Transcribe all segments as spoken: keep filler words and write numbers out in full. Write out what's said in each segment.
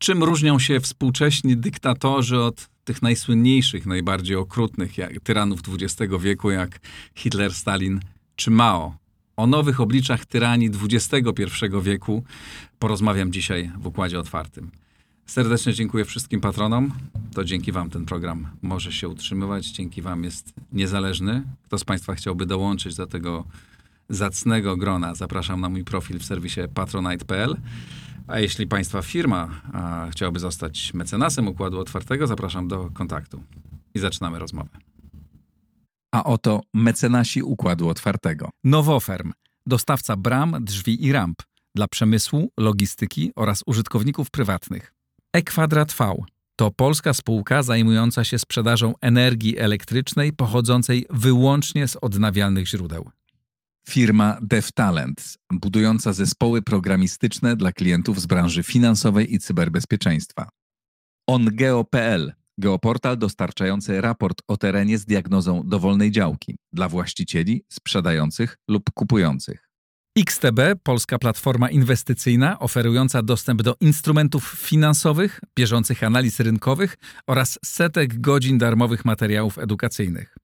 Czym różnią się współcześni dyktatorzy od tych najsłynniejszych, najbardziej okrutnych jak, tyranów dwudziestego wieku, jak Hitler, Stalin czy Mao? O nowych obliczach tyranii dwudziestego pierwszego wieku porozmawiam dzisiaj w Układzie Otwartym. Serdecznie dziękuję wszystkim patronom. To dzięki wam ten program może się utrzymywać. Dzięki wam jest niezależny. Kto z państwa chciałby dołączyć do tego zacnego grona, zapraszam na mój profil w serwisie patronite kropka p l. A jeśli państwa firma a, chciałaby zostać mecenasem Układu Otwartego, zapraszam do kontaktu. I zaczynamy rozmowę. A oto mecenasi Układu Otwartego. Nowoferm, dostawca bram, drzwi i ramp dla przemysłu, logistyki oraz użytkowników prywatnych. E-Kwadrat V to polska spółka zajmująca się sprzedażą energii elektrycznej pochodzącej wyłącznie z odnawialnych źródeł. Firma DevTalent, budująca zespoły programistyczne dla klientów z branży finansowej i cyberbezpieczeństwa. OnGeo kropka p l, geoportal dostarczający raport o terenie z diagnozą dowolnej działki dla właścicieli, sprzedających lub kupujących. X T B, polska platforma inwestycyjna oferująca dostęp do instrumentów finansowych, bieżących analiz rynkowych oraz setek godzin darmowych materiałów edukacyjnych.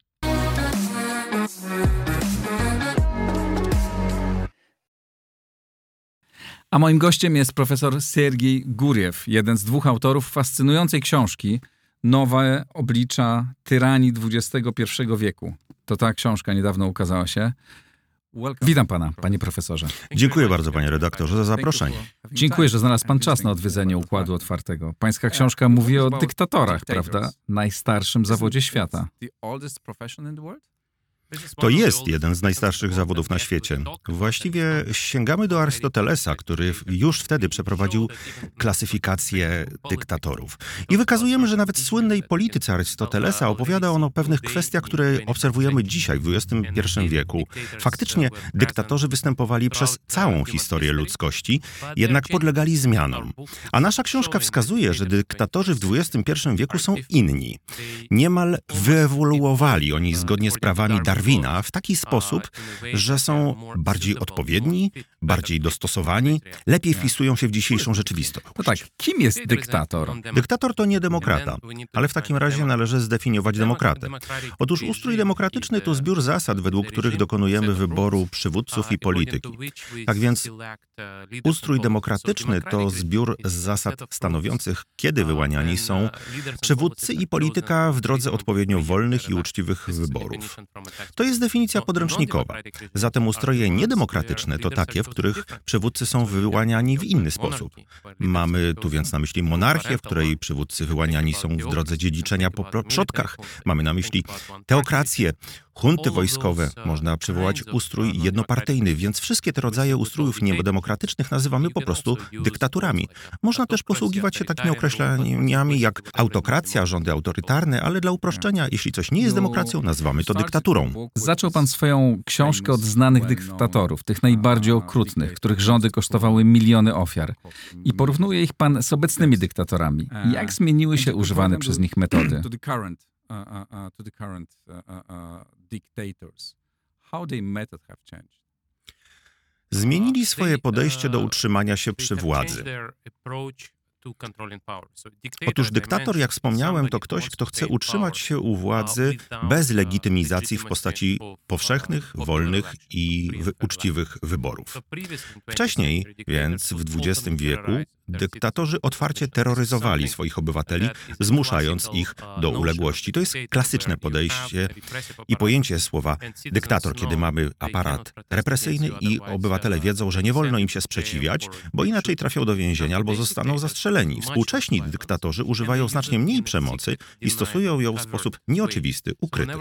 A moim gościem jest profesor Sergiej Guriew, jeden z dwóch autorów fascynującej książki Nowe oblicza tyranii dwudziestego pierwszego wieku. To ta książka niedawno ukazała się. Witam pana, panie profesorze. Dziękuję bardzo, panie redaktorze, za zaproszenie. Dziękuję, że znalazł pan czas na odwiedzenie Układu Otwartego. Pańska książka mówi o dyktatorach, prawda? Najstarszym zawodzie świata. To jest jeden z najstarszych zawodów na świecie. Właściwie sięgamy do Arystotelesa, który już wtedy przeprowadził klasyfikację dyktatorów. I wykazujemy, że nawet w słynnej polityce Arystotelesa opowiada on o pewnych kwestiach, które obserwujemy dzisiaj w dwudziestym pierwszym wieku. Faktycznie dyktatorzy występowali przez całą historię ludzkości, jednak podlegali zmianom. A nasza książka wskazuje, że dyktatorzy w dwudziestym pierwszym wieku są inni. Niemal wyewoluowali oni zgodnie z prawami Darwina w taki sposób, że są bardziej odpowiedni, bardziej dostosowani, lepiej wpisują się w dzisiejszą rzeczywistość. No tak, kim jest dyktator? Dyktator to nie demokrata, ale w takim razie należy zdefiniować demokratę. Otóż ustrój demokratyczny to zbiór zasad, według których dokonujemy wyboru przywódców i polityki. Tak więc ustrój demokratyczny to zbiór zasad stanowiących, kiedy wyłaniani są przywódcy i polityka w drodze odpowiednio wolnych i uczciwych wyborów. To jest definicja podręcznikowa. Zatem ustroje niedemokratyczne to takie, w których przywódcy są wyłaniani w inny sposób. Mamy tu więc na myśli monarchię, w której przywódcy wyłaniani są w drodze dziedziczenia po przodkach. Mamy na myśli teokrację, hunty wojskowe. Można przywołać ustrój jednopartyjny, więc wszystkie te rodzaje ustrojów niedemokratycznych nazywamy po prostu dyktaturami. Można też posługiwać się takimi określeniami jak autokracja, rządy autorytarne, ale dla uproszczenia, jeśli coś nie jest demokracją, nazywamy to dyktaturą. Zaczął pan swoją książkę od znanych dyktatorów, tych najbardziej okrutnych, których rządy kosztowały miliony ofiar. I porównuje ich pan z obecnymi dyktatorami. Jak zmieniły się używane przez nich metody? Uh, uh, to the current uh, uh, dictators. How their method have changed? Zmienili swoje podejście do utrzymania się przy władzy. Otóż dyktator, jak wspomniałem, to ktoś, kto chce utrzymać się u władzy bez legitymizacji w postaci powszechnych, wolnych i uczciwych wyborów. Wcześniej, więc w dwudziestym wieku, dyktatorzy otwarcie terroryzowali swoich obywateli, zmuszając ich do uległości. To jest klasyczne podejście i pojęcie słowa dyktator, kiedy mamy aparat represyjny i obywatele wiedzą, że nie wolno im się sprzeciwiać, bo inaczej trafią do więzienia albo zostaną zastrzeleni. Współcześni dyktatorzy używają znacznie mniej przemocy i stosują ją w sposób nieoczywisty, ukryty.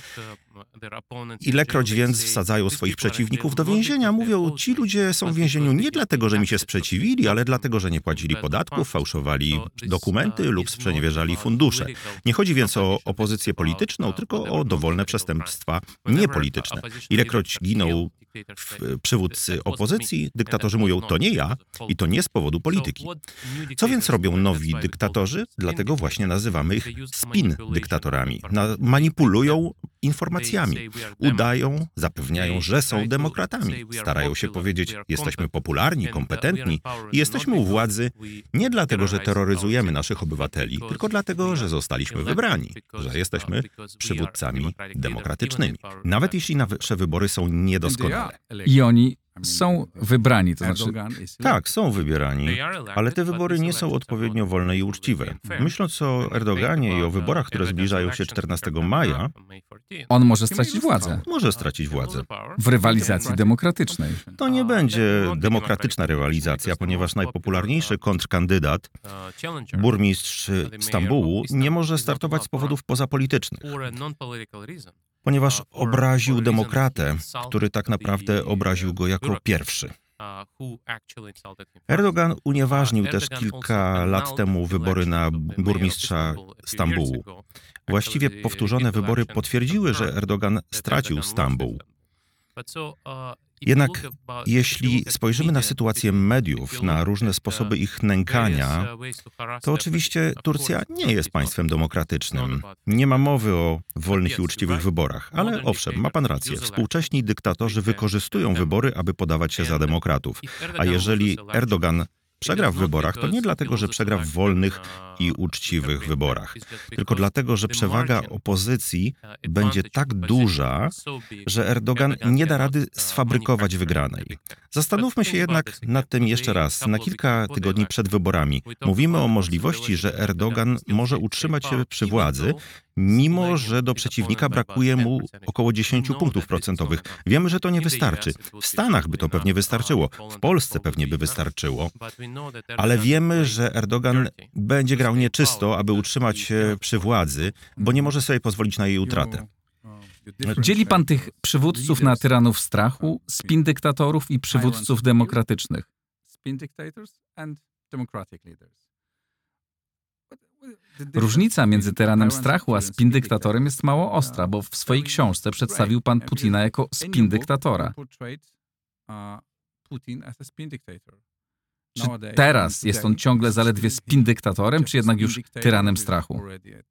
Ilekroć więc wsadzają swoich przeciwników do więzienia, mówią, ci ludzie są w więzieniu nie dlatego, że mi się sprzeciwili, ale dlatego, że nie płacili podatków, fałszowali dokumenty lub sprzeniewierzali fundusze. Nie chodzi więc o opozycję polityczną, tylko o dowolne przestępstwa niepolityczne. Ilekroć giną przywódcy opozycji, dyktatorzy mówią, to nie ja i to nie z powodu polityki. Co więc robią nowi dyktatorzy? Dlatego właśnie nazywamy ich spin dyktatorami. Na, manipulują informacjami. Udają, zapewniają, że są demokratami. Starają się powiedzieć, jesteśmy popularni, kompetentni i jesteśmy u władzy nie dlatego, że terroryzujemy naszych obywateli, tylko dlatego, że zostaliśmy wybrani, że jesteśmy przywódcami demokratycznymi. Nawet jeśli nasze wybory są niedoskonałe. I oni są wybrani, to znaczy... Tak, są wybierani, ale te wybory nie są odpowiednio wolne i uczciwe. Myśląc o Erdoganie i o wyborach, które zbliżają się czternastego maja, on może stracić władzę. Może stracić władzę. W rywalizacji demokratycznej. To nie będzie demokratyczna rywalizacja, ponieważ najpopularniejszy kontrkandydat, burmistrz Stambułu, nie może startować z powodów pozapolitycznych, ponieważ obraził demokratę, który tak naprawdę obraził go jako pierwszy. Erdogan unieważnił też kilka lat temu wybory na burmistrza Stambułu. Właściwie powtórzone wybory potwierdziły, że Erdogan stracił Stambuł. Jednak jeśli spojrzymy na sytuację mediów, na różne sposoby ich nękania, to oczywiście Turcja nie jest państwem demokratycznym. Nie ma mowy o wolnych i uczciwych wyborach. Ale owszem, ma pan rację. Współcześni dyktatorzy wykorzystują wybory, aby podawać się za demokratów. A jeżeli Erdogan przegra w wyborach, to nie dlatego, że przegra w wolnych i uczciwych wyborach, tylko dlatego, że przewaga opozycji będzie tak duża, że Erdogan nie da rady sfabrykować wygranej. Zastanówmy się jednak nad tym jeszcze raz. Na kilka tygodni przed wyborami mówimy o możliwości, że Erdogan może utrzymać się przy władzy, mimo że do przeciwnika brakuje mu około dziesięć punktów procentowych. Wiemy, że to nie wystarczy. W Stanach by to pewnie wystarczyło, w Polsce pewnie by wystarczyło, ale wiemy, że Erdogan będzie grał nieczysto, aby utrzymać się przy władzy, bo nie może sobie pozwolić na jej utratę. Dzieli pan tych przywódców na tyranów strachu, spin dyktatorów i przywódców demokratycznych. Różnica między tyranem strachu a spin dyktatorem jest mało ostra, bo w swojej książce przedstawił pan Putina jako spin dyktatora. Czy teraz jest on ciągle zaledwie spin dyktatorem, czy jednak już tyranem strachu?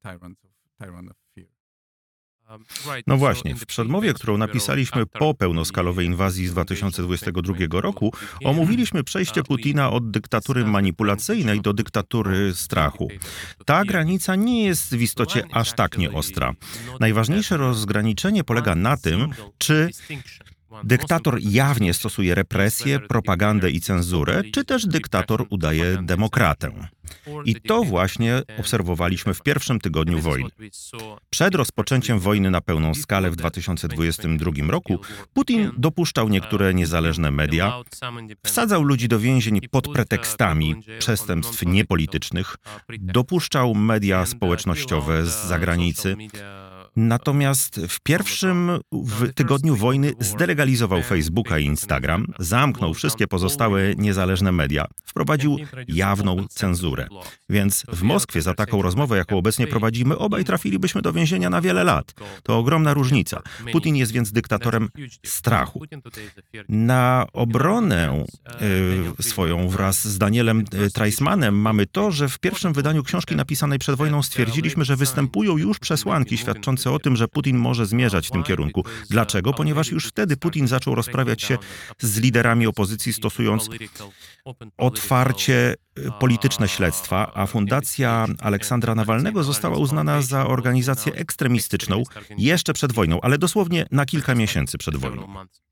No właśnie, w przedmowie, którą napisaliśmy po pełnoskalowej inwazji z dwa tysiące dwudziestego drugiego roku, omówiliśmy przejście Putina od dyktatury manipulacyjnej do dyktatury strachu. Ta granica nie jest w istocie aż tak nieostra. Najważniejsze rozgraniczenie polega na tym, czy dyktator jawnie stosuje represję, propagandę i cenzurę, czy też dyktator udaje demokratę. I to właśnie obserwowaliśmy w pierwszym tygodniu wojny. Przed rozpoczęciem wojny na pełną skalę w dwa tysiące dwudziestym drugim roku Putin dopuszczał niektóre niezależne media, wsadzał ludzi do więzień pod pretekstami przestępstw niepolitycznych, dopuszczał media społecznościowe z zagranicy. Natomiast w pierwszym w tygodniu wojny zdelegalizował Facebooka i Instagram, zamknął wszystkie pozostałe niezależne media, wprowadził jawną cenzurę. Więc w Moskwie za taką rozmowę, jaką obecnie prowadzimy, obaj trafilibyśmy do więzienia na wiele lat. To ogromna różnica. Putin jest więc dyktatorem strachu. Na obronę y, swoją wraz z Danielem Treismanem mamy to, że w pierwszym wydaniu książki napisanej przed wojną stwierdziliśmy, że występują już przesłanki świadczące o tym, że Putin może zmierzać w tym kierunku. Dlaczego? Ponieważ już wtedy Putin zaczął rozprawiać się z liderami opozycji, stosując otwarcie polityczne śledztwa, a Fundacja Aleksandra Nawalnego została uznana za organizację ekstremistyczną jeszcze przed wojną, ale dosłownie na kilka miesięcy przed wojną.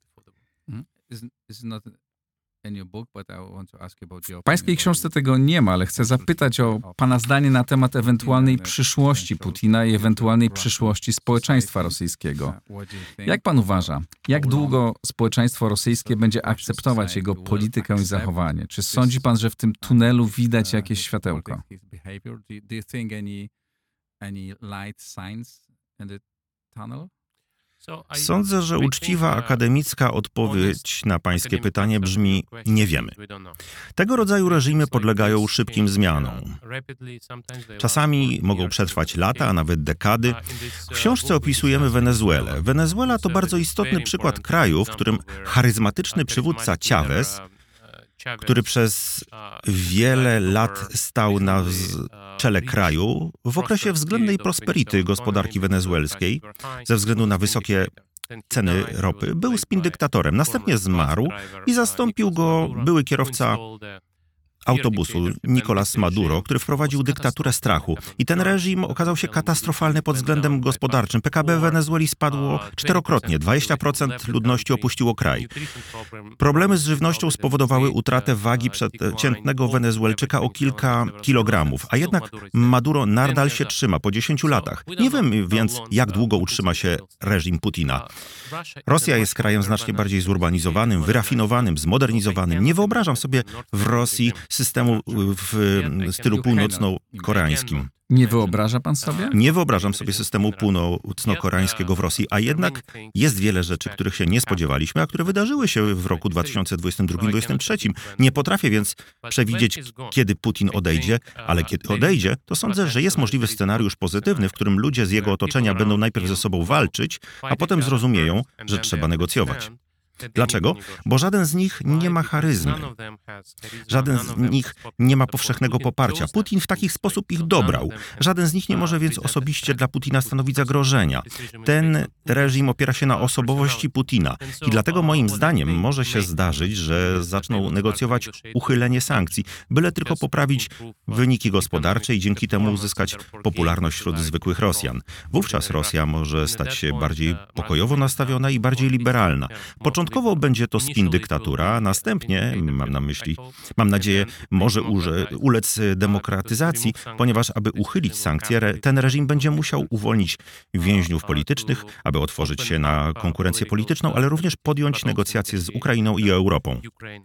W pańskiej książce tego nie ma, ale chcę zapytać o pana zdanie na temat ewentualnej przyszłości Putina i ewentualnej przyszłości społeczeństwa rosyjskiego. Jak pan uważa, jak długo społeczeństwo rosyjskie będzie akceptować jego politykę i zachowanie? Czy sądzi pan, że w tym tunelu widać jakieś światełko? Sądzę, że uczciwa akademicka odpowiedź na pańskie pytanie brzmi: nie wiemy. Tego rodzaju reżimy podlegają szybkim zmianom. Czasami mogą przetrwać lata, a nawet dekady. W książce opisujemy Wenezuelę. Wenezuela to bardzo istotny przykład kraju, w którym charyzmatyczny przywódca Chávez który przez wiele lat stał na czele kraju w okresie względnej prosperity gospodarki wenezuelskiej ze względu na wysokie ceny ropy, był spin-dyktatorem. Następnie zmarł i zastąpił go były kierowca autobusu Nicolás Maduro, który wprowadził dyktaturę strachu. I ten reżim okazał się katastrofalny pod względem gospodarczym. P K B Wenezueli spadło czterokrotnie, dwadzieścia procent ludności opuściło kraj. Problemy z żywnością spowodowały utratę wagi przeciętnego Wenezuelczyka o kilka kilogramów, a jednak Maduro nadal się trzyma po dziesięciu latach. Nie wiem więc, jak długo utrzyma się reżim Putina. Rosja jest krajem znacznie bardziej zurbanizowanym, wyrafinowanym, zmodernizowanym. Nie wyobrażam sobie w Rosji systemu w stylu północno-koreańskim. Nie wyobraża pan sobie? Nie wyobrażam sobie systemu północno-koreańskiego w Rosji, a jednak jest wiele rzeczy, których się nie spodziewaliśmy, a które wydarzyły się w roku dwa tysiące dwudziestym drugim dwa tysiące dwudziestym trzecim. Nie potrafię więc przewidzieć, kiedy Putin odejdzie, ale kiedy odejdzie, to sądzę, że jest możliwy scenariusz pozytywny, w którym ludzie z jego otoczenia będą najpierw ze sobą walczyć, a potem zrozumieją, że trzeba negocjować. Dlaczego? Bo żaden z nich nie ma charyzmy. Żaden z nich nie ma powszechnego poparcia. Putin w taki sposób ich dobrał. Żaden z nich nie może więc osobiście dla Putina stanowić zagrożenia. Ten reżim opiera się na osobowości Putina. I dlatego moim zdaniem może się zdarzyć, że zaczną negocjować uchylenie sankcji, byle tylko poprawić wyniki gospodarcze i dzięki temu uzyskać popularność wśród zwykłych Rosjan. Wówczas Rosja może stać się bardziej pokojowo nastawiona i bardziej liberalna. Początkowo będzie to spin-dyktatura, a następnie, mam na myśli, mam nadzieję, może uże, ulec demokratyzacji, ponieważ aby uchylić sankcje, ten reżim będzie musiał uwolnić więźniów politycznych, aby otworzyć się na konkurencję polityczną, ale również podjąć negocjacje z Ukrainą i Europą.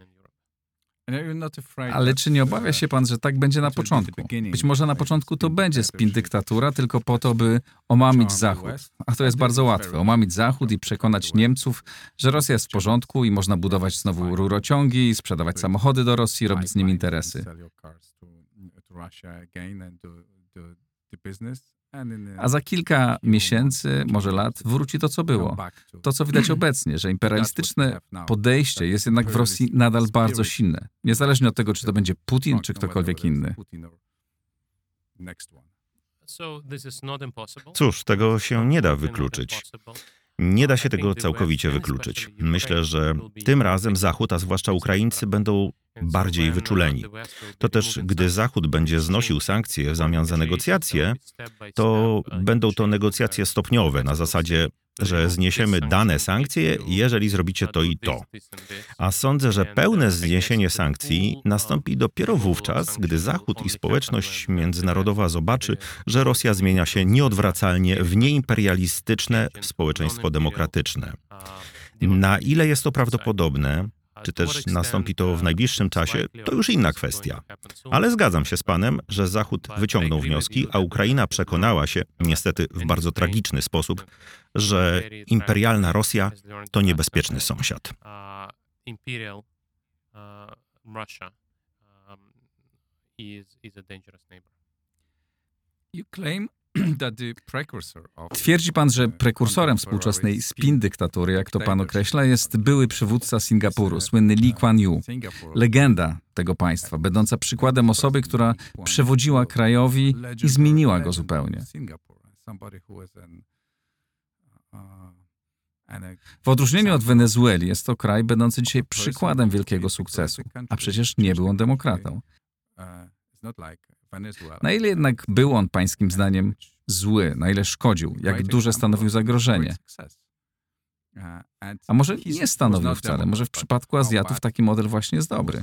Ale czy nie obawia się pan, że tak będzie na początku? Być może na początku to będzie spin-dyktatura, tylko po to, by omamić Zachód. A to jest bardzo łatwe. Omamić Zachód i przekonać Niemców, że Rosja jest w porządku i można budować znowu rurociągi, sprzedawać samochody do Rosji, robić z nim interesy. A za kilka miesięcy, może lat, wróci to, co było. To, co widać obecnie, że imperialistyczne podejście jest jednak w Rosji nadal bardzo silne. Niezależnie od tego, czy to będzie Putin, czy ktokolwiek inny. Cóż, tego się nie da wykluczyć. Nie da się tego całkowicie wykluczyć. Myślę, że tym razem Zachód, a zwłaszcza Ukraińcy, będą bardziej wyczuleni. To też, gdy Zachód będzie znosił sankcje w zamian za negocjacje, to będą to negocjacje stopniowe, na zasadzie, że zniesiemy dane sankcje, jeżeli zrobicie to i to. A sądzę, że pełne zniesienie sankcji nastąpi dopiero wówczas, gdy Zachód i społeczność międzynarodowa zobaczy, że Rosja zmienia się nieodwracalnie w nieimperialistyczne społeczeństwo demokratyczne. Na ile jest to prawdopodobne, czy też nastąpi to w najbliższym czasie, to już inna kwestia. Ale zgadzam się z panem, że Zachód wyciągnął wnioski, a Ukraina przekonała się, niestety w bardzo tragiczny sposób, że imperialna Rosja to niebezpieczny sąsiad. Twierdzi pan, że prekursorem współczesnej spin-dyktatury, jak to pan określa, jest były przywódca Singapuru, słynny Lee Kuan Yew. Legenda tego państwa, będąca przykładem osoby, która przewodziła krajowi i zmieniła go zupełnie. W odróżnieniu od Wenezueli jest to kraj będący dzisiaj przykładem wielkiego sukcesu, a przecież nie był on demokratą. Na ile jednak był on, pańskim zdaniem, zły, na ile szkodził, jak duże stanowił zagrożenie? A może nie stanowił wcale, może w przypadku Azjatów taki model właśnie jest dobry.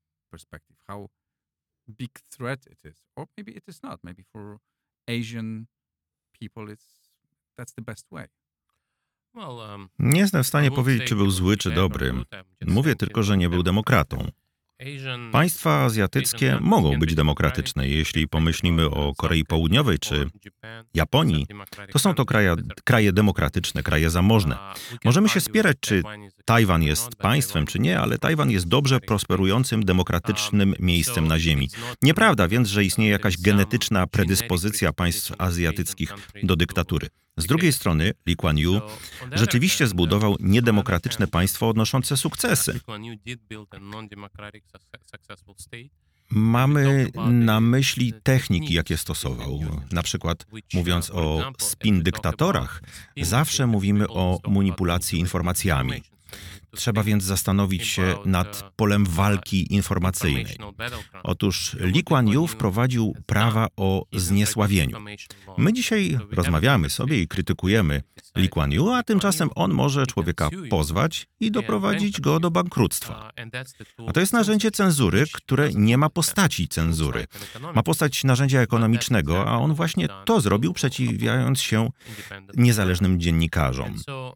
Nie jestem w stanie powiedzieć, czy był zły, czy dobry. Mówię tylko, że nie był demokratą. Państwa azjatyckie mogą być demokratyczne. Jeśli pomyślimy o Korei Południowej czy Japonii, to są to kraje, kraje demokratyczne, kraje zamożne. Możemy się spierać, czy Tajwan jest państwem, czy nie, ale Tajwan jest dobrze prosperującym, demokratycznym miejscem na ziemi. Nieprawda więc, że istnieje jakaś genetyczna predyspozycja państw azjatyckich do dyktatury. Z drugiej strony Lee Kuan Yew rzeczywiście zbudował niedemokratyczne państwo odnoszące sukcesy. Mamy na myśli techniki, jakie stosował. Na przykład, mówiąc o spin dyktatorach, zawsze mówimy o manipulacji informacjami. Trzeba więc zastanowić się nad polem walki informacyjnej. Otóż Lee Kuan Yew wprowadził prawa o zniesławieniu. My dzisiaj rozmawiamy sobie i krytykujemy Lee Kuan Yew, a tymczasem on może człowieka pozwać i doprowadzić go do bankructwa. A to jest narzędzie cenzury, które nie ma postaci cenzury. Ma postać narzędzia ekonomicznego, a on właśnie to zrobił, przeciwiając się niezależnym dziennikarzom.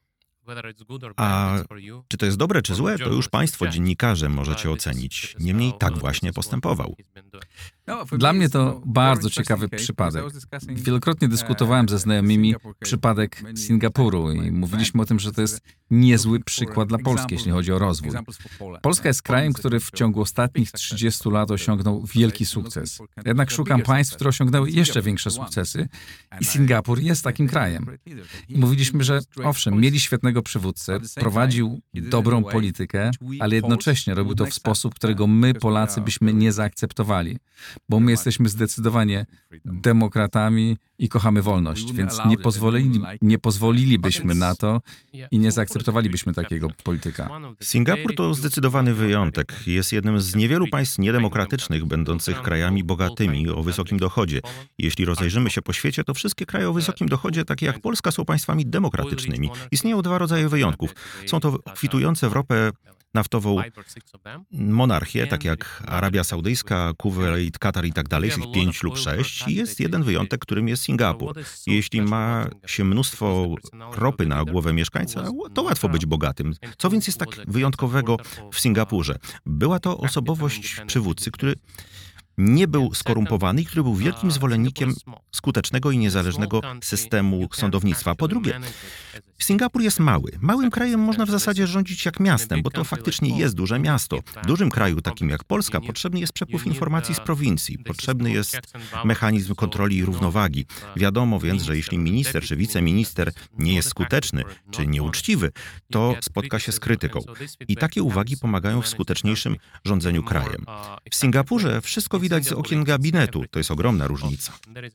A czy to jest dobre czy złe, to już państwo, dziennikarze, możecie ocenić. Niemniej tak właśnie postępował. Dla mnie to bardzo ciekawy przypadek. Wielokrotnie dyskutowałem ze znajomymi przypadek Singapuru i mówiliśmy o tym, że to jest niezły przykład dla Polski, jeśli chodzi o rozwój. Polska jest krajem, który w ciągu ostatnich trzydziestu lat osiągnął wielki sukces. Jednak szukam państw, które osiągnęły jeszcze większe sukcesy i Singapur jest takim krajem. I mówiliśmy, że owszem, mieli świetnego przywódcę, prowadził dobrą politykę, ale jednocześnie robił to w sposób, którego my, Polacy, byśmy nie zaakceptowali. Bo my jesteśmy zdecydowanie demokratami i kochamy wolność, więc nie, pozwolili, nie pozwolilibyśmy na to i nie zaakceptowalibyśmy takiego polityka. Singapur to zdecydowany wyjątek. Jest jednym z niewielu państw niedemokratycznych, będących krajami bogatymi o wysokim dochodzie. Jeśli rozejrzymy się po świecie, to wszystkie kraje o wysokim dochodzie, takie jak Polska, są państwami demokratycznymi. Istnieją dwa rodzaje wyjątków. Są to kwitujące w ropę naftową monarchie, tak jak Arabia Saudyjska, Kuwait, Katar i tak dalej, jest ich pięć lub sześć. I jest jeden wyjątek, którym jest Singapur. Jeśli ma się mnóstwo ropy na głowę mieszkańca, to łatwo być bogatym. Co więc jest tak wyjątkowego w Singapurze? Była to osobowość przywódcy, który nie był skorumpowany i który był wielkim zwolennikiem skutecznego i niezależnego systemu sądownictwa. Po drugie, Singapur jest mały. Małym krajem można w zasadzie rządzić jak miastem, bo to faktycznie jest duże miasto. W dużym kraju, takim jak Polska, potrzebny jest przepływ informacji z prowincji. Potrzebny jest mechanizm kontroli i równowagi. Wiadomo więc, że jeśli minister czy wiceminister nie jest skuteczny czy nieuczciwy, to spotka się z krytyką. I takie uwagi pomagają w skuteczniejszym rządzeniu krajem. W Singapurze wszystko widać z okien gabinetu. To jest ogromna różnica.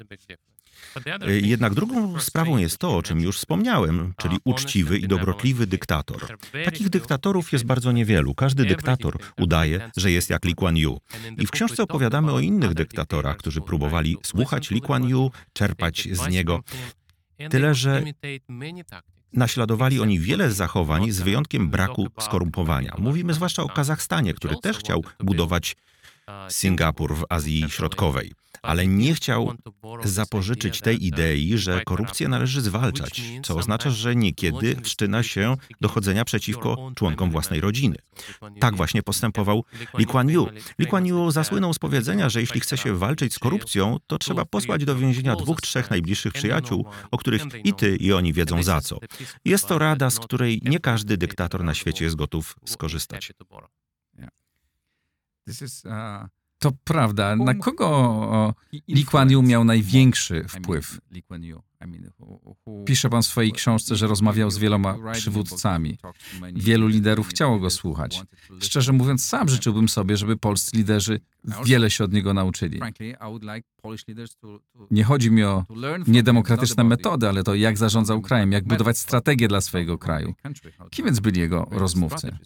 Jednak drugą sprawą jest to, o czym już wspomniałem, czyli uczciwy i dobrotliwy dyktator. Takich dyktatorów jest bardzo niewielu. Każdy dyktator udaje, że jest jak Lee Kuan Yew. I w książce opowiadamy o innych dyktatorach, którzy próbowali słuchać Lee Kuan Yew, czerpać z niego. Tyle, że naśladowali oni wiele zachowań z wyjątkiem braku skorumpowania. Mówimy zwłaszcza o Kazachstanie, który też chciał budować Singapur w Azji Środkowej, ale nie chciał zapożyczyć tej idei, że korupcję należy zwalczać, co oznacza, że niekiedy wszczyna się dochodzenia przeciwko członkom własnej rodziny. Tak właśnie postępował Lee Kuan Yew. Lee Kuan Yew zasłynął z powiedzenia, że jeśli chce się walczyć z korupcją, to trzeba posłać do więzienia dwóch, trzech najbliższych przyjaciół, o których i ty, i oni wiedzą za co. Jest to rada, z której nie każdy dyktator na świecie jest gotów skorzystać. To prawda. Na kogo Lee Kuan Yew miał największy wpływ? Pisze pan w swojej książce, że rozmawiał z wieloma przywódcami. Wielu liderów chciało go słuchać. Szczerze mówiąc, sam życzyłbym sobie, żeby polscy liderzy wiele się od niego nauczyli. Nie chodzi mi o niedemokratyczne metody, ale to jak zarządzał krajem, jak budować strategię dla swojego kraju. Kim więc byli jego rozmówcy?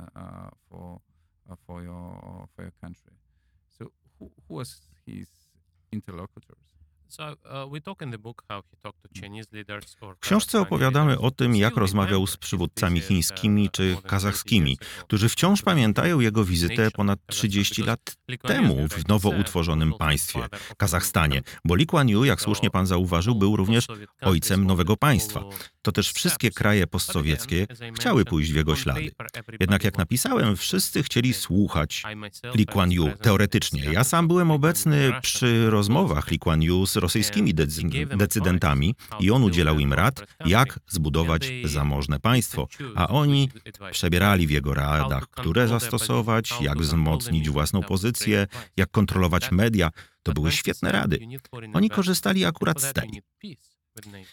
For your, for your country. So who, who was his interlocutors? W książce opowiadamy o tym, jak rozmawiał z przywódcami chińskimi czy kazachskimi, którzy wciąż pamiętają jego wizytę ponad trzydzieści lat temu w nowo utworzonym państwie, Kazachstanie. Bo Lee Kuan Yew, jak słusznie pan zauważył, był również ojcem nowego państwa. To też wszystkie kraje postsowieckie chciały pójść w jego ślady. Jednak jak napisałem, wszyscy chcieli słuchać Lee Kuan Yew, teoretycznie. Ja sam byłem obecny przy rozmowach Lee Kuan Yew z rosyjskimi decydentami i on udzielał im rad, jak zbudować zamożne państwo, a oni przebierali w jego radach, które zastosować, jak wzmocnić własną pozycję, jak kontrolować media. To były świetne rady. Oni korzystali akurat z tej.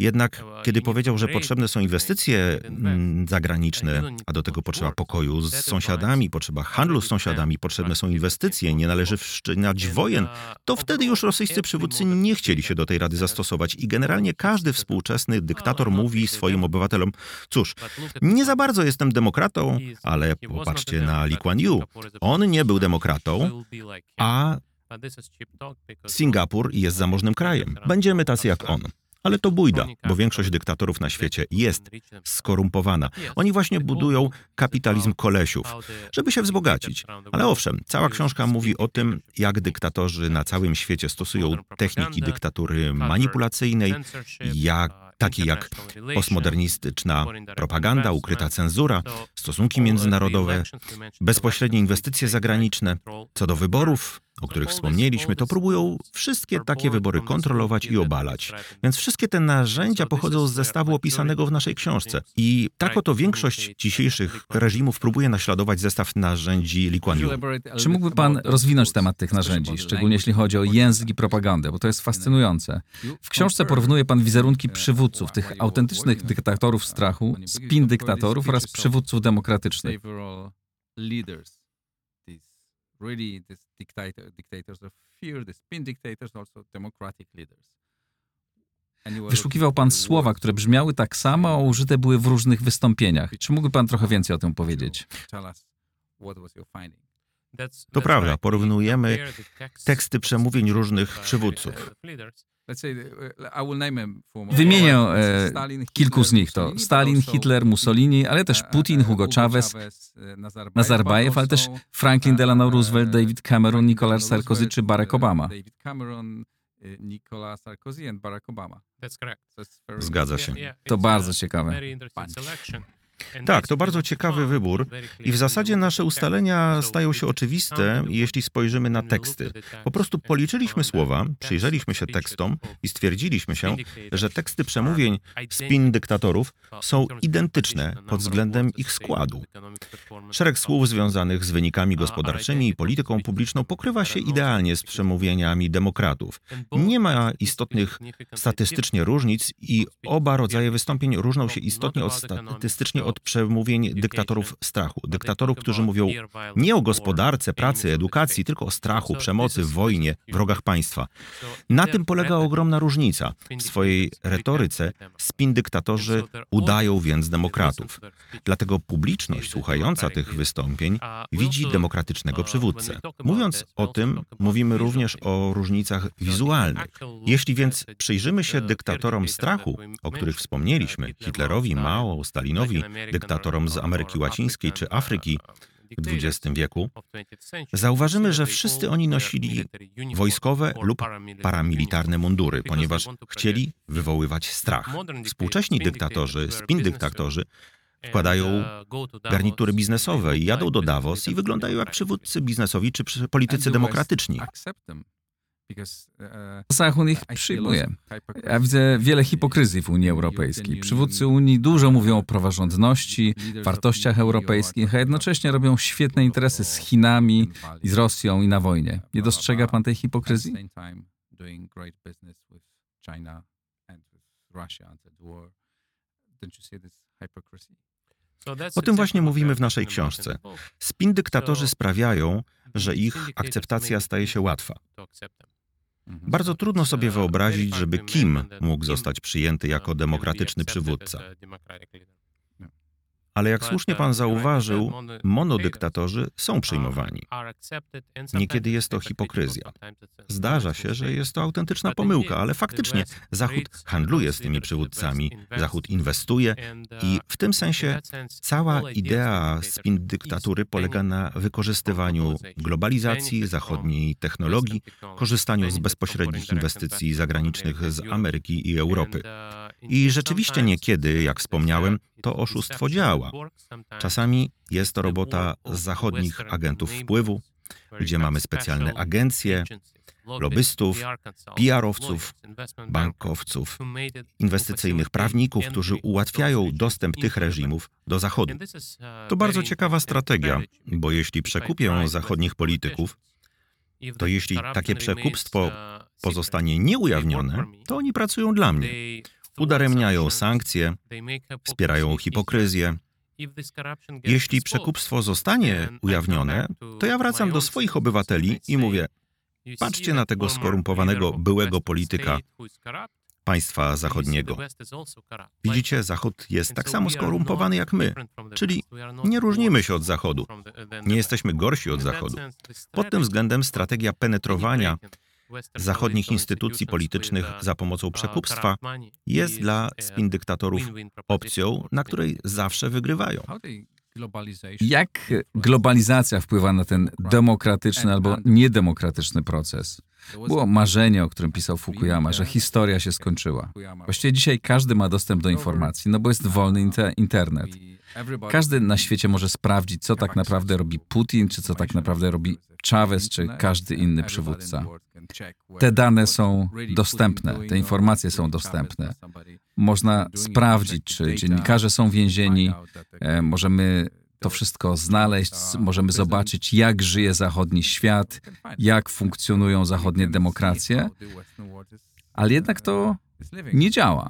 Jednak kiedy powiedział, że potrzebne są inwestycje mm, zagraniczne, a do tego potrzeba pokoju z sąsiadami, potrzeba handlu z sąsiadami, potrzebne są inwestycje, nie należy wszczynać wojen, to wtedy już rosyjscy przywódcy nie chcieli się do tej rady zastosować i generalnie każdy współczesny dyktator mówi swoim obywatelom: cóż, nie za bardzo jestem demokratą, ale popatrzcie na Lee Kuan Yew. On nie był demokratą, a Singapur jest zamożnym krajem. Będziemy tacy jak on. Ale to bójda, bo większość dyktatorów na świecie jest skorumpowana. Oni właśnie budują kapitalizm kolesiów, żeby się wzbogacić. Ale owszem, cała książka mówi o tym, jak dyktatorzy na całym świecie stosują techniki dyktatury manipulacyjnej, jak, takie jak postmodernistyczna propaganda, ukryta cenzura, stosunki międzynarodowe, bezpośrednie inwestycje zagraniczne. Co do wyborów, o których wspomnieliśmy, to próbują wszystkie takie wybory kontrolować i obalać. Więc wszystkie te narzędzia pochodzą z zestawu opisanego w naszej książce. I tak oto większość dzisiejszych reżimów próbuje naśladować zestaw narzędzi Lee Kuan Yew. Czy mógłby pan rozwinąć temat tych narzędzi, szczególnie jeśli chodzi o język i propagandę, bo to jest fascynujące. W książce porównuje pan wizerunki przywódców, tych autentycznych dyktatorów strachu, spin dyktatorów oraz przywódców demokratycznych. Really, these dictator, dictators of fear, the spin dictators, also democratic leaders. Wyszukiwał pan słowa, które brzmiały tak samo, a użyte były w różnych wystąpieniach. Czy mógłby pan trochę więcej o tym powiedzieć? To prawda, porównujemy teksty przemówień różnych przywódców. Wymienię e, kilku z nich. To Stalin, Hitler, Mussolini, ale też Putin, Hugo Chavez, Nazarbajew, ale też Franklin Delano Roosevelt, David Cameron, Nicolas Sarkozy czy Barack Obama. Zgadza się. To bardzo ciekawe. Tak, to bardzo ciekawy wybór i w zasadzie nasze ustalenia stają się oczywiste, jeśli spojrzymy na teksty. Po prostu policzyliśmy słowa, przyjrzeliśmy się tekstom i stwierdziliśmy się, że teksty przemówień spin dyktatorów są identyczne pod względem ich składu. Szereg słów związanych z wynikami gospodarczymi i polityką publiczną pokrywa się idealnie z przemówieniami demokratów. Nie ma istotnych statystycznie różnic i oba rodzaje wystąpień różnią się istotnie od statystycznie od przemówień dyktatorów strachu. Dyktatorów, którzy mówią nie o gospodarce, pracy, edukacji, tylko o strachu, przemocy, wojnie, wrogach państwa. Na tym polega ogromna różnica. W swojej retoryce spin dyktatorzy udają więc demokratów. Dlatego publiczność słuchająca tych wystąpień widzi demokratycznego przywódcę. Mówiąc o tym, mówimy również o różnicach wizualnych. Jeśli więc przyjrzymy się dyktatorom strachu, o których wspomnieliśmy, Hitlerowi, Mao, Stalinowi, dyktatorom z Ameryki Łacińskiej czy Afryki w dwudziestym wieku, zauważymy, że wszyscy oni nosili wojskowe lub paramilitarne mundury, ponieważ chcieli wywoływać strach. Współcześni dyktatorzy, spin dyktatorzy, wkładają garnitury biznesowe i jadą do Davos i wyglądają jak przywódcy biznesowi czy politycy demokratyczni. Zachód ich przyjmuje. Ja widzę wiele hipokryzji w Unii Europejskiej. Przywódcy Unii dużo mówią o praworządności, wartościach europejskich, a jednocześnie robią świetne interesy z Chinami i z Rosją i na wojnie. Nie dostrzega pan tej hipokryzji? O tym właśnie mówimy w naszej książce. Spin dyktatorzy sprawiają, że ich akceptacja staje się łatwa. Bardzo trudno sobie wyobrazić, żeby Kim mógł zostać przyjęty jako demokratyczny przywódca. Ale jak słusznie pan zauważył, monodyktatorzy są przyjmowani. Niekiedy jest to hipokryzja. Zdarza się, że jest to autentyczna pomyłka, ale faktycznie Zachód handluje z tymi przywódcami, Zachód inwestuje i w tym sensie cała idea spin dyktatury polega na wykorzystywaniu globalizacji, zachodniej technologii, korzystaniu z bezpośrednich inwestycji zagranicznych z Ameryki i Europy. I rzeczywiście niekiedy, jak wspomniałem, to oszustwo działa. Czasami jest to robota zachodnich agentów wpływu, gdzie mamy specjalne agencje, lobbystów, P R-owców, bankowców, inwestycyjnych prawników, którzy ułatwiają dostęp tych reżimów do Zachodu. To bardzo ciekawa strategia, bo jeśli przekupię zachodnich polityków, to jeśli takie przekupstwo pozostanie nieujawnione, to oni pracują dla mnie. udaremniają sankcje, wspierają hipokryzję. Jeśli przekupstwo zostanie ujawnione, to ja wracam do swoich obywateli i mówię: patrzcie na tego skorumpowanego byłego polityka państwa zachodniego. Widzicie, Zachód jest tak samo skorumpowany jak my, czyli nie różnimy się od Zachodu. Nie jesteśmy gorsi od Zachodu. Pod tym względem strategia penetrowania zachodnich instytucji politycznych za pomocą przekupstwa jest dla spin dyktatorów opcją, na której zawsze wygrywają. Jak globalizacja wpływa na ten demokratyczny albo niedemokratyczny proces? Było marzenie, o którym pisał Fukuyama, że historia się skończyła. Właściwie dzisiaj każdy ma dostęp do informacji, no bo jest wolny inter- internet. Każdy na świecie może sprawdzić, co tak naprawdę robi Putin, czy co tak naprawdę robi Chavez, czy każdy inny przywódca. Te dane są dostępne, te informacje są dostępne. Można sprawdzić, czy dziennikarze są więzieni, e, możemy to wszystko znaleźć, możemy zobaczyć, jak żyje zachodni świat, jak funkcjonują zachodnie demokracje, ale jednak to nie działa.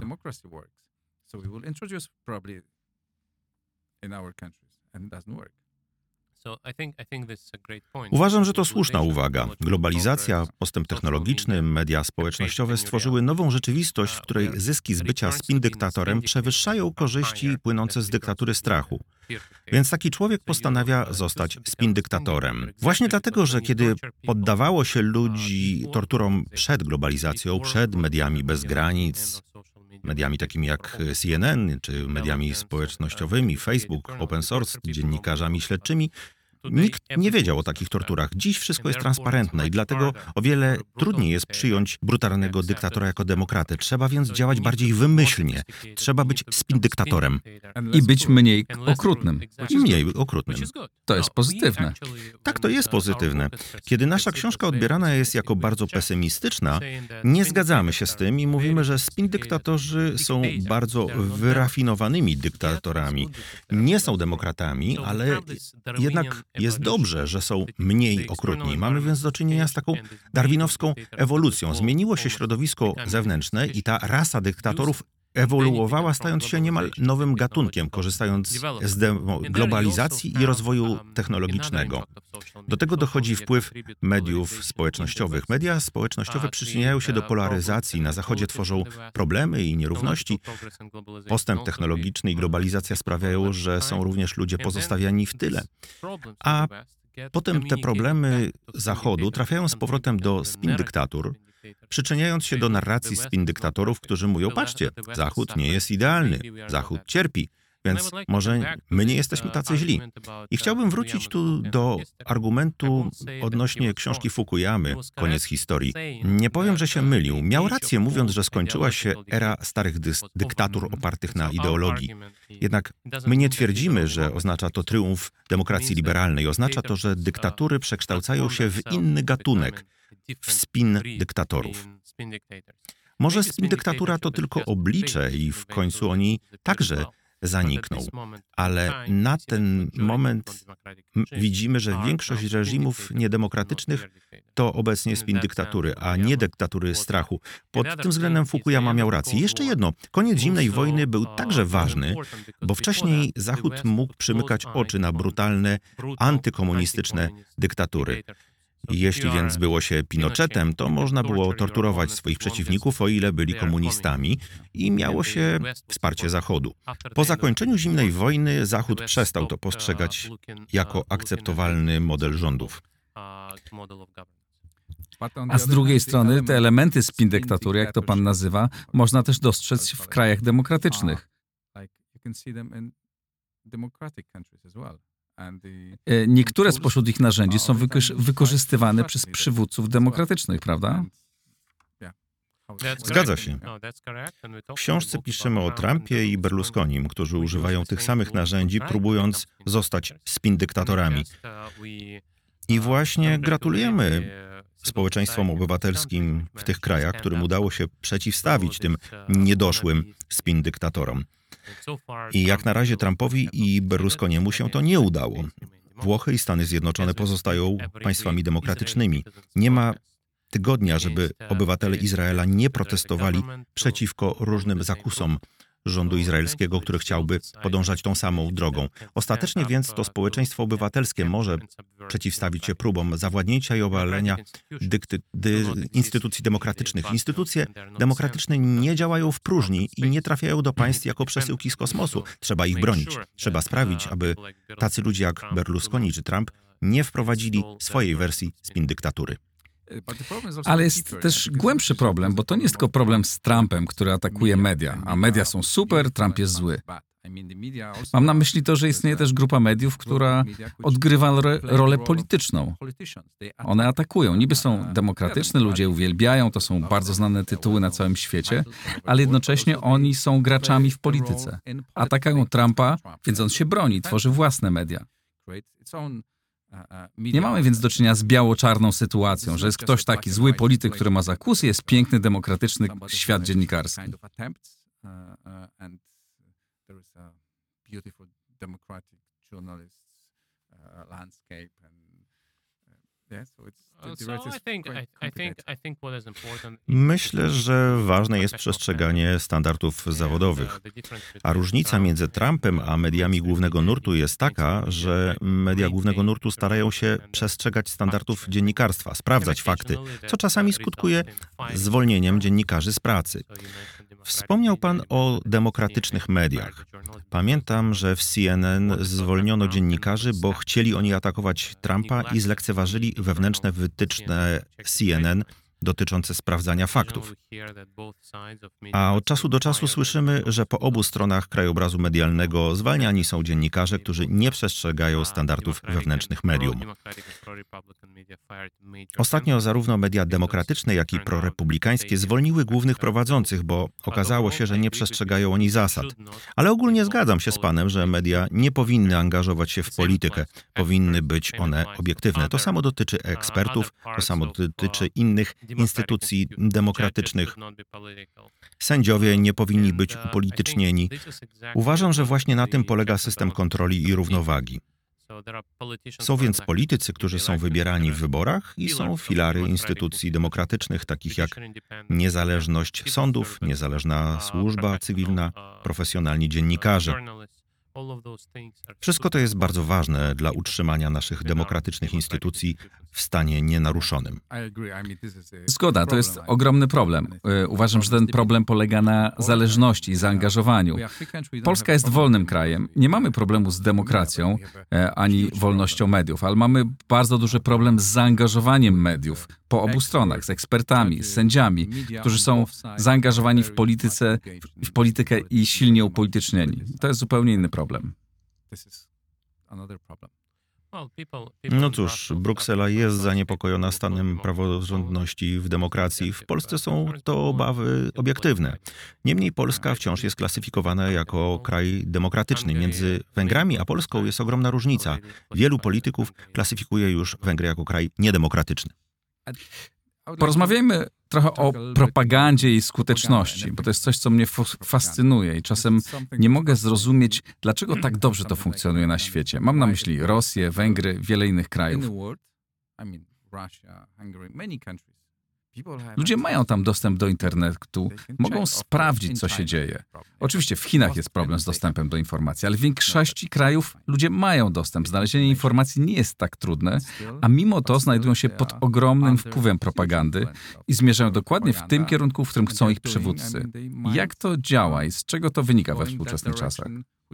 Uważam, że to słuszna uwaga. Globalizacja, postęp technologiczny, media społecznościowe stworzyły nową rzeczywistość, w której zyski z bycia spin dyktatorem przewyższają korzyści płynące z dyktatury strachu. Więc taki człowiek postanawia zostać spin dyktatorem. Właśnie dlatego, że kiedy poddawało się ludzi torturom przed globalizacją, przed mediami bez granic, mediami takimi jak C N N, czy mediami społecznościowymi, Facebook, open source, dziennikarzami śledczymi, nikt nie wiedział o takich torturach. Dziś wszystko jest transparentne i dlatego o wiele trudniej jest przyjąć brutalnego dyktatora jako demokratę. Trzeba więc działać bardziej wymyślnie. Trzeba być spin dyktatorem. I być mniej okrutnym. Mniej okrutnym. To jest pozytywne. Tak, to jest pozytywne. Kiedy nasza książka odbierana jest jako bardzo pesymistyczna, nie zgadzamy się z tym i mówimy, że spin dyktatorzy są bardzo wyrafinowanymi dyktatorami. Nie są demokratami, ale jednak jest dobrze, że są mniej okrutni. Mamy więc do czynienia z taką darwinowską ewolucją. Zmieniło się środowisko zewnętrzne i ta rasa dyktatorów ewoluowała, stając się niemal nowym gatunkiem, korzystając z globalizacji i rozwoju technologicznego. Do tego dochodzi wpływ mediów społecznościowych. Media społecznościowe przyczyniają się do polaryzacji. Na Zachodzie tworzą problemy i nierówności. Postęp technologiczny i globalizacja sprawiają, że są również ludzie pozostawiani w tyle. A potem te problemy Zachodu trafiają z powrotem do spin dyktatur, przyczyniając się do narracji spin dyktatorów, którzy mówią: patrzcie, Zachód nie jest idealny, Zachód cierpi, więc może my nie jesteśmy tacy źli. I chciałbym wrócić tu do argumentu odnośnie książki Fukuyamy, Koniec historii. Nie powiem, że się mylił. Miał rację, mówiąc, że skończyła się era starych dy- dyktatur opartych na ideologii. Jednak my nie twierdzimy, że oznacza to triumf demokracji liberalnej. Oznacza to, że dyktatury przekształcają się w inny gatunek, w spin dyktatorów. Może spin dyktatura to tylko oblicze i w końcu oni także zanikną. Ale na ten moment widzimy, że większość reżimów niedemokratycznych to obecnie spin dyktatury, a nie dyktatury strachu. Pod tym względem Fukuyama miał rację. Jeszcze jedno, koniec zimnej wojny był także ważny, bo wcześniej Zachód mógł przymykać oczy na brutalne, antykomunistyczne dyktatury. Jeśli więc było się Pinochetem, to można było torturować swoich przeciwników, o ile byli komunistami, i miało się wsparcie Zachodu. Po zakończeniu zimnej wojny Zachód przestał to postrzegać jako akceptowalny model rządów. A z drugiej strony te elementy spin dyktatury, jak to pan nazywa, można też dostrzec w krajach demokratycznych. Niektóre spośród ich narzędzi są wykorzy- wykorzystywane przez przywódców demokratycznych, prawda? Zgadza się. W książce piszemy o Trumpie i Berlusconim, którzy używają tych samych narzędzi, próbując zostać spin dyktatorami. I właśnie gratulujemy społeczeństwom obywatelskim w tych krajach, którym udało się przeciwstawić tym niedoszłym spin dyktatorom. I jak na razie Trumpowi i Berlusconiemu się to nie udało. Włochy i Stany Zjednoczone pozostają państwami demokratycznymi. Nie ma tygodnia, żeby obywatele Izraela nie protestowali przeciwko różnym zakusom rządu izraelskiego, który chciałby podążać tą samą drogą. Ostatecznie więc to społeczeństwo obywatelskie może przeciwstawić się próbom zawładnięcia i obalenia dykty, dy, instytucji demokratycznych. Instytucje demokratyczne nie działają w próżni i nie trafiają do państw jako przesyłki z kosmosu. Trzeba ich bronić. Trzeba sprawić, aby tacy ludzie jak Berlusconi czy Trump nie wprowadzili swojej wersji spin dyktatury. Ale jest też głębszy problem, bo to nie jest tylko problem z Trumpem, który atakuje media, a media są super, Trump jest zły. Mam na myśli to, że istnieje też grupa mediów, która odgrywa ro- rolę polityczną. One atakują. Niby są demokratyczne, ludzie uwielbiają, to są bardzo znane tytuły na całym świecie, ale jednocześnie oni są graczami w polityce. Atakują Trumpa, więc on się broni, tworzy własne media. Nie mamy więc do czynienia z biało-czarną sytuacją, że jest ktoś taki zły polityk, który ma zakusy, jest piękny, demokratyczny świat dziennikarski. Myślę, że ważne jest przestrzeganie standardów zawodowych. A różnica między Trumpem a mediami głównego nurtu jest taka, że media głównego nurtu starają się przestrzegać standardów dziennikarstwa, sprawdzać fakty, co czasami skutkuje zwolnieniem dziennikarzy z pracy. Wspomniał pan o demokratycznych mediach. Pamiętam, że w C N N zwolniono dziennikarzy, bo chcieli oni atakować Trumpa i zlekceważyli wewnętrzne wytyczne C N N dotyczące sprawdzania faktów. A od czasu do czasu słyszymy, że po obu stronach krajobrazu medialnego zwalniani są dziennikarze, którzy nie przestrzegają standardów wewnętrznych medium. Ostatnio zarówno media demokratyczne, jak i prorepublikańskie zwolniły głównych prowadzących, bo okazało się, że nie przestrzegają oni zasad. Ale ogólnie zgadzam się z panem, że media nie powinny angażować się w politykę. Powinny być one obiektywne. To samo dotyczy ekspertów, to samo dotyczy innych instytucji demokratycznych. Sędziowie nie powinni być upolitycznieni. Uważam, że właśnie na tym polega system kontroli i równowagi. Są więc politycy, którzy są wybierani w wyborach i są filary instytucji demokratycznych, takich jak niezależność sądów, niezależna służba cywilna, profesjonalni dziennikarze. Wszystko to jest bardzo ważne dla utrzymania naszych demokratycznych instytucji w stanie nienaruszonym. Zgoda, to jest ogromny problem. Uważam, że ten problem polega na zależności i zaangażowaniu. Polska jest wolnym krajem. Nie mamy problemu z demokracją ani wolnością mediów, ale mamy bardzo duży problem z zaangażowaniem mediów po obu stronach, z ekspertami, z sędziami, którzy są zaangażowani w polityce, w politykę i silnie upolitycznieni. To jest zupełnie inny problem. No cóż, Bruksela jest zaniepokojona stanem praworządności w demokracji. W Polsce są to obawy obiektywne. Niemniej Polska wciąż jest klasyfikowana jako kraj demokratyczny. Między Węgrami a Polską jest ogromna różnica. Wielu polityków klasyfikuje już Węgry jako kraj niedemokratyczny. Porozmawiajmy trochę o propagandzie i skuteczności, bo to jest coś, co mnie fascynuje i czasem nie mogę zrozumieć, dlaczego tak dobrze to funkcjonuje na świecie. Mam na myśli Rosję, Węgry, wiele innych krajów. Ludzie mają tam dostęp do internetu, mogą sprawdzić, co się dzieje. Oczywiście w Chinach jest problem z dostępem do informacji, ale w większości krajów ludzie mają dostęp. Znalezienie informacji nie jest tak trudne, a mimo to znajdują się pod ogromnym wpływem propagandy i zmierzają dokładnie w tym kierunku, w którym chcą ich przywódcy. Jak to działa i z czego to wynika we współczesnych czasach?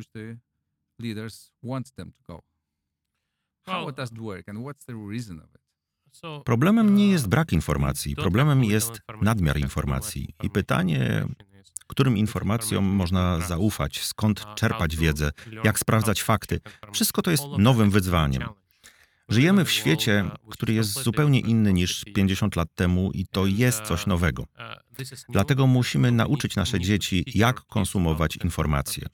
Problemem nie jest brak informacji, problemem jest nadmiar informacji. I pytanie, którym informacjom można zaufać, skąd czerpać wiedzę, jak sprawdzać fakty, wszystko to jest nowym wyzwaniem. Żyjemy w świecie, który jest zupełnie inny niż pięćdziesiąt lat temu i to jest coś nowego. Dlatego musimy nauczyć nasze dzieci, jak konsumować informacje.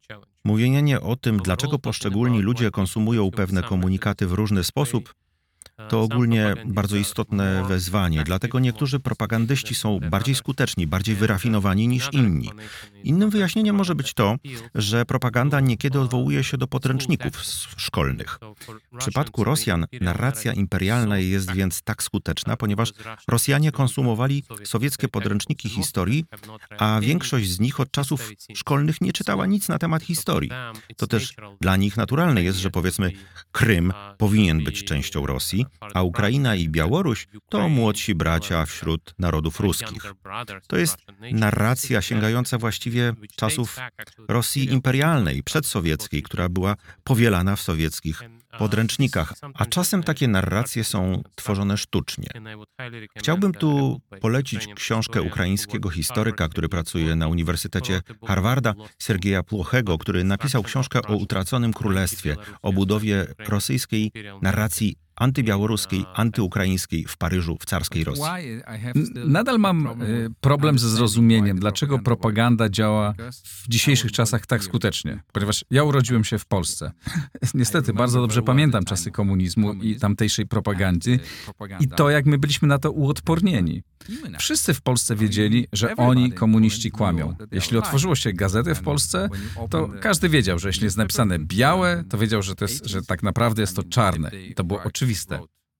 Mówienie o tym, dlaczego poszczególni ludzie konsumują pewne komunikaty w różny sposób, To ogólnie bardzo istotne wezwanie, dlatego niektórzy propagandyści są bardziej skuteczni, bardziej wyrafinowani niż inni. Innym wyjaśnieniem może być to, że propaganda niekiedy odwołuje się do podręczników szkolnych. W przypadku Rosjan narracja imperialna jest więc tak skuteczna, ponieważ Rosjanie konsumowali sowieckie podręczniki historii, a większość z nich od czasów szkolnych nie czytała nic na temat historii. To też dla nich naturalne jest, że powiedzmy Krym powinien być częścią Rosji, a Ukraina i Białoruś to młodsi bracia wśród narodów ruskich. To jest narracja sięgająca właściwie czasów Rosji imperialnej, przedsowieckiej, która była powielana w sowieckich podręcznikach, a czasem takie narracje są tworzone sztucznie. Chciałbym tu polecić książkę ukraińskiego historyka, który pracuje na Uniwersytecie Harvarda, Sergeja Płochego, który napisał książkę o utraconym królestwie, o budowie rosyjskiej narracji antybiałoruskiej, antyukraińskiej w Paryżu, w carskiej Rosji. Nadal mam problem ze zrozumieniem, dlaczego propaganda działa w dzisiejszych czasach tak skutecznie. Ponieważ ja urodziłem się w Polsce. Niestety bardzo dobrze pamiętam czasy komunizmu i tamtejszej propagandy i to, jak my byliśmy na to uodpornieni. Wszyscy w Polsce wiedzieli, że oni, komuniści, kłamią. Jeśli otworzyło się gazetę w Polsce, to każdy wiedział, że jeśli jest napisane białe, to wiedział, że, to jest, że tak naprawdę jest to czarne. I to było oczywiste.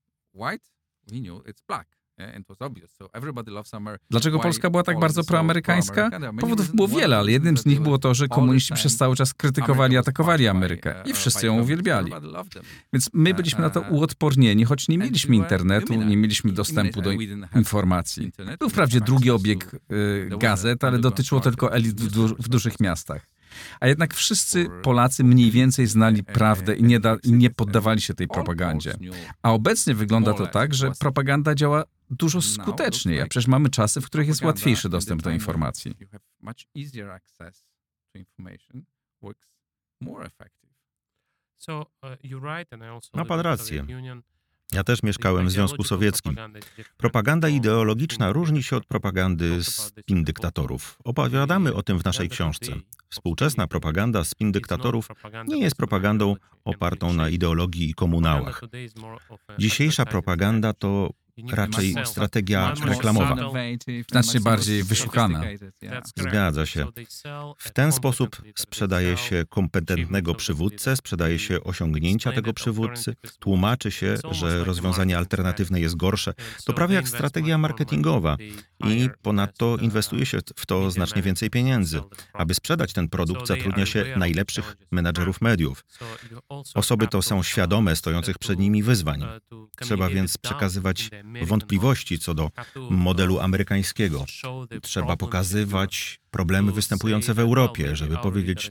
Dlaczego Polska była tak bardzo proamerykańska? Powodów było wiele, ale jednym z nich było to, że komuniści przez cały czas krytykowali, atakowali Amerykę i wszyscy ją uwielbiali. Więc my byliśmy na to uodpornieni, choć nie mieliśmy internetu, nie mieliśmy dostępu do informacji. Był wprawdzie drugi obieg y, gazet, ale dotyczyło tylko elit w, du w dużych miastach. A jednak wszyscy Polacy mniej więcej znali prawdę i nie, da, i nie poddawali się tej propagandzie. A obecnie wygląda to tak, że propaganda działa dużo skuteczniej, a przecież mamy czasy, w których jest łatwiejszy dostęp do informacji. Ma pan rację. Ja też mieszkałem w Związku Sowieckim. Propaganda ideologiczna różni się od propagandy spin dyktatorów. Opowiadamy o tym w naszej książce. Współczesna propaganda spin dyktatorów nie jest propagandą opartą na ideologii i komunałach. Dzisiejsza propaganda to raczej strategia reklamowa. Znacznie bardziej wyszukana. Zgadza się. W ten sposób sprzedaje się kompetentnego przywódcę, sprzedaje się osiągnięcia tego przywódcy, tłumaczy się, że rozwiązanie alternatywne jest gorsze. To prawie jak strategia marketingowa i ponadto inwestuje się w to znacznie więcej pieniędzy. Aby sprzedać ten produkt, zatrudnia się najlepszych menadżerów mediów. Osoby to są świadome stojących przed nimi wyzwań. Trzeba więc przekazywać wątpliwości co do modelu amerykańskiego. Trzeba pokazywać problemy występujące w Europie, żeby powiedzieć,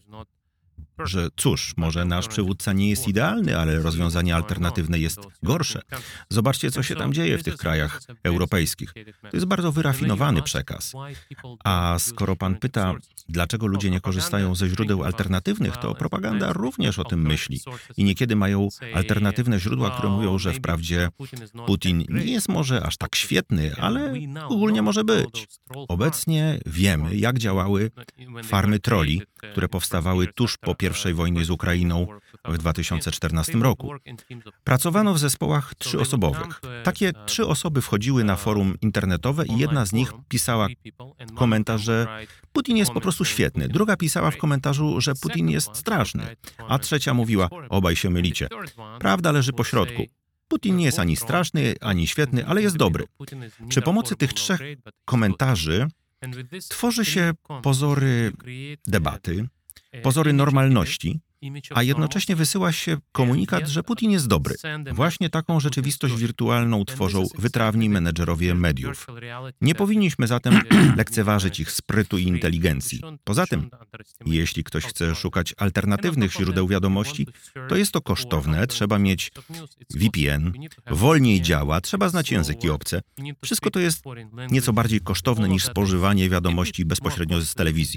że cóż, może nasz przywódca nie jest idealny, ale rozwiązanie alternatywne jest gorsze. Zobaczcie, co się tam dzieje w tych krajach europejskich. To jest bardzo wyrafinowany przekaz. A skoro pan pyta, dlaczego ludzie nie korzystają ze źródeł alternatywnych, to propaganda również o tym myśli. I niekiedy mają alternatywne źródła, które mówią, że wprawdzie Putin nie jest może aż tak świetny, ale ogólnie może być. Obecnie wiemy, jak działały farmy trolli, które powstawały tuż po pierwszej wojnie z Ukrainą w dwa tysiące czternastym roku. Pracowano w zespołach trzyosobowych. Takie trzy osoby wchodziły na forum internetowe i jedna z nich pisała komentarz, że Putin jest po prostu świetny. Druga pisała w komentarzu, że Putin jest straszny. A trzecia mówiła, obaj się mylicie. Prawda leży po środku. Putin nie jest ani straszny, ani świetny, ale jest dobry. Przy pomocy tych trzech komentarzy tworzy się pozory debaty, pozory normalności, a jednocześnie wysyła się komunikat, że Putin jest dobry. Właśnie taką rzeczywistość wirtualną tworzą wytrawni menedżerowie mediów. Nie powinniśmy zatem lekceważyć ich sprytu i inteligencji. Poza tym, jeśli ktoś chce szukać alternatywnych źródeł wiadomości, to jest to kosztowne, trzeba mieć V P N, wolniej działa, trzeba znać języki obce. Wszystko to jest nieco bardziej kosztowne niż spożywanie wiadomości bezpośrednio z telewizji.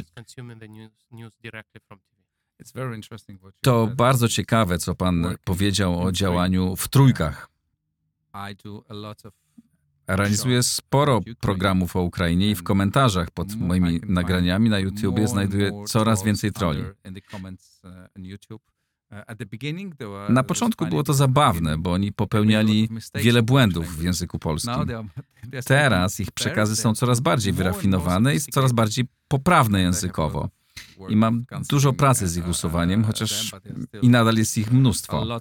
To bardzo ciekawe, co pan powiedział o działaniu w trójkach. Realizuję sporo programów o Ukrainie i w komentarzach pod moimi nagraniami na YouTubie znajduję coraz więcej trolli. Na początku było to zabawne, bo oni popełniali wiele błędów w języku polskim. Teraz ich przekazy są coraz bardziej wyrafinowane i coraz bardziej poprawne językowo. I mam dużo pracy z ich usuwaniem, chociaż i nadal jest ich mnóstwo.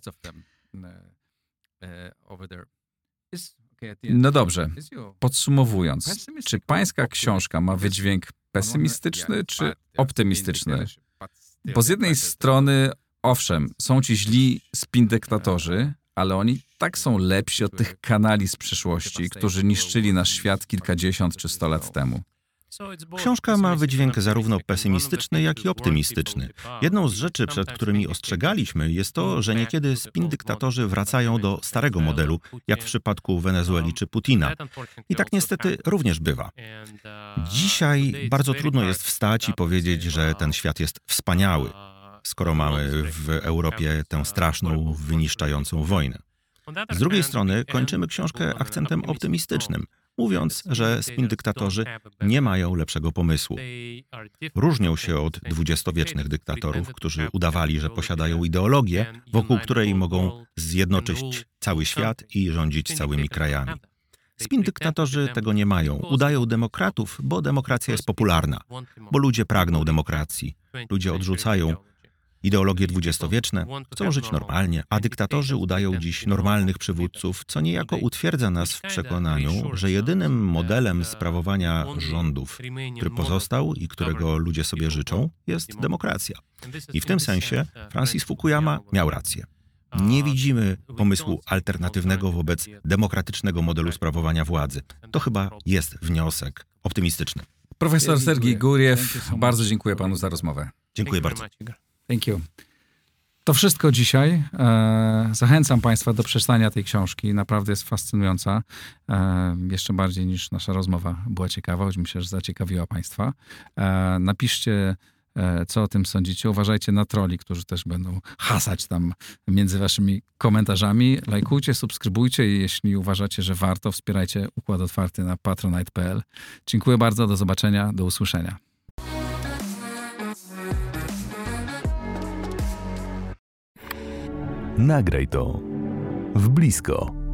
No dobrze, podsumowując, czy pańska książka ma wydźwięk pesymistyczny czy optymistyczny? Bo z jednej strony, owszem, są ci źli spin-dyktatorzy, ale oni tak są lepsi od tych kanali z przeszłości, którzy niszczyli nasz świat kilkadziesiąt czy sto lat temu. Książka ma wydźwięk zarówno pesymistyczny, jak i optymistyczny. Jedną z rzeczy, przed którymi ostrzegaliśmy, jest to, że niekiedy spin-dyktatorzy wracają do starego modelu, jak w przypadku Wenezueli czy Putina. I tak niestety również bywa. Dzisiaj bardzo trudno jest wstać i powiedzieć, że ten świat jest wspaniały, skoro mamy w Europie tę straszną, wyniszczającą wojnę. Z drugiej strony kończymy książkę akcentem optymistycznym, mówiąc, że spin-dyktatorzy nie mają lepszego pomysłu. Różnią się od dwudziestowiecznych dyktatorów, którzy udawali, że posiadają ideologię, wokół której mogą zjednoczyć cały świat i rządzić całymi krajami. Spin-dyktatorzy tego nie mają. Udają demokratów, bo demokracja jest popularna, bo ludzie pragną demokracji. Ludzie odrzucają ideologie dwudziestowieczne, chcą żyć normalnie, a dyktatorzy udają dziś normalnych przywódców, co niejako utwierdza nas w przekonaniu, że jedynym modelem sprawowania rządów, który pozostał i którego ludzie sobie życzą, jest demokracja. I w tym sensie Francis Fukuyama miał rację. Nie widzimy pomysłu alternatywnego wobec demokratycznego modelu sprawowania władzy. To chyba jest wniosek optymistyczny. Profesor Sergiej Guriew, bardzo dziękuję panu za rozmowę. Dziękuję bardzo. Thank you. To wszystko dzisiaj. E, zachęcam państwa do przeczytania tej książki. Naprawdę jest fascynująca. E, jeszcze bardziej niż nasza rozmowa była ciekawa, choć myślę, że zaciekawiła państwa. E, napiszcie, e, co o tym sądzicie. Uważajcie na troli, którzy też będą hasać tam między waszymi komentarzami. Lajkujcie, subskrybujcie i jeśli uważacie, że warto, wspierajcie Układ Otwarty na patronite kropka p l. Dziękuję bardzo. Do zobaczenia. Do usłyszenia. Nagraj to w blisko.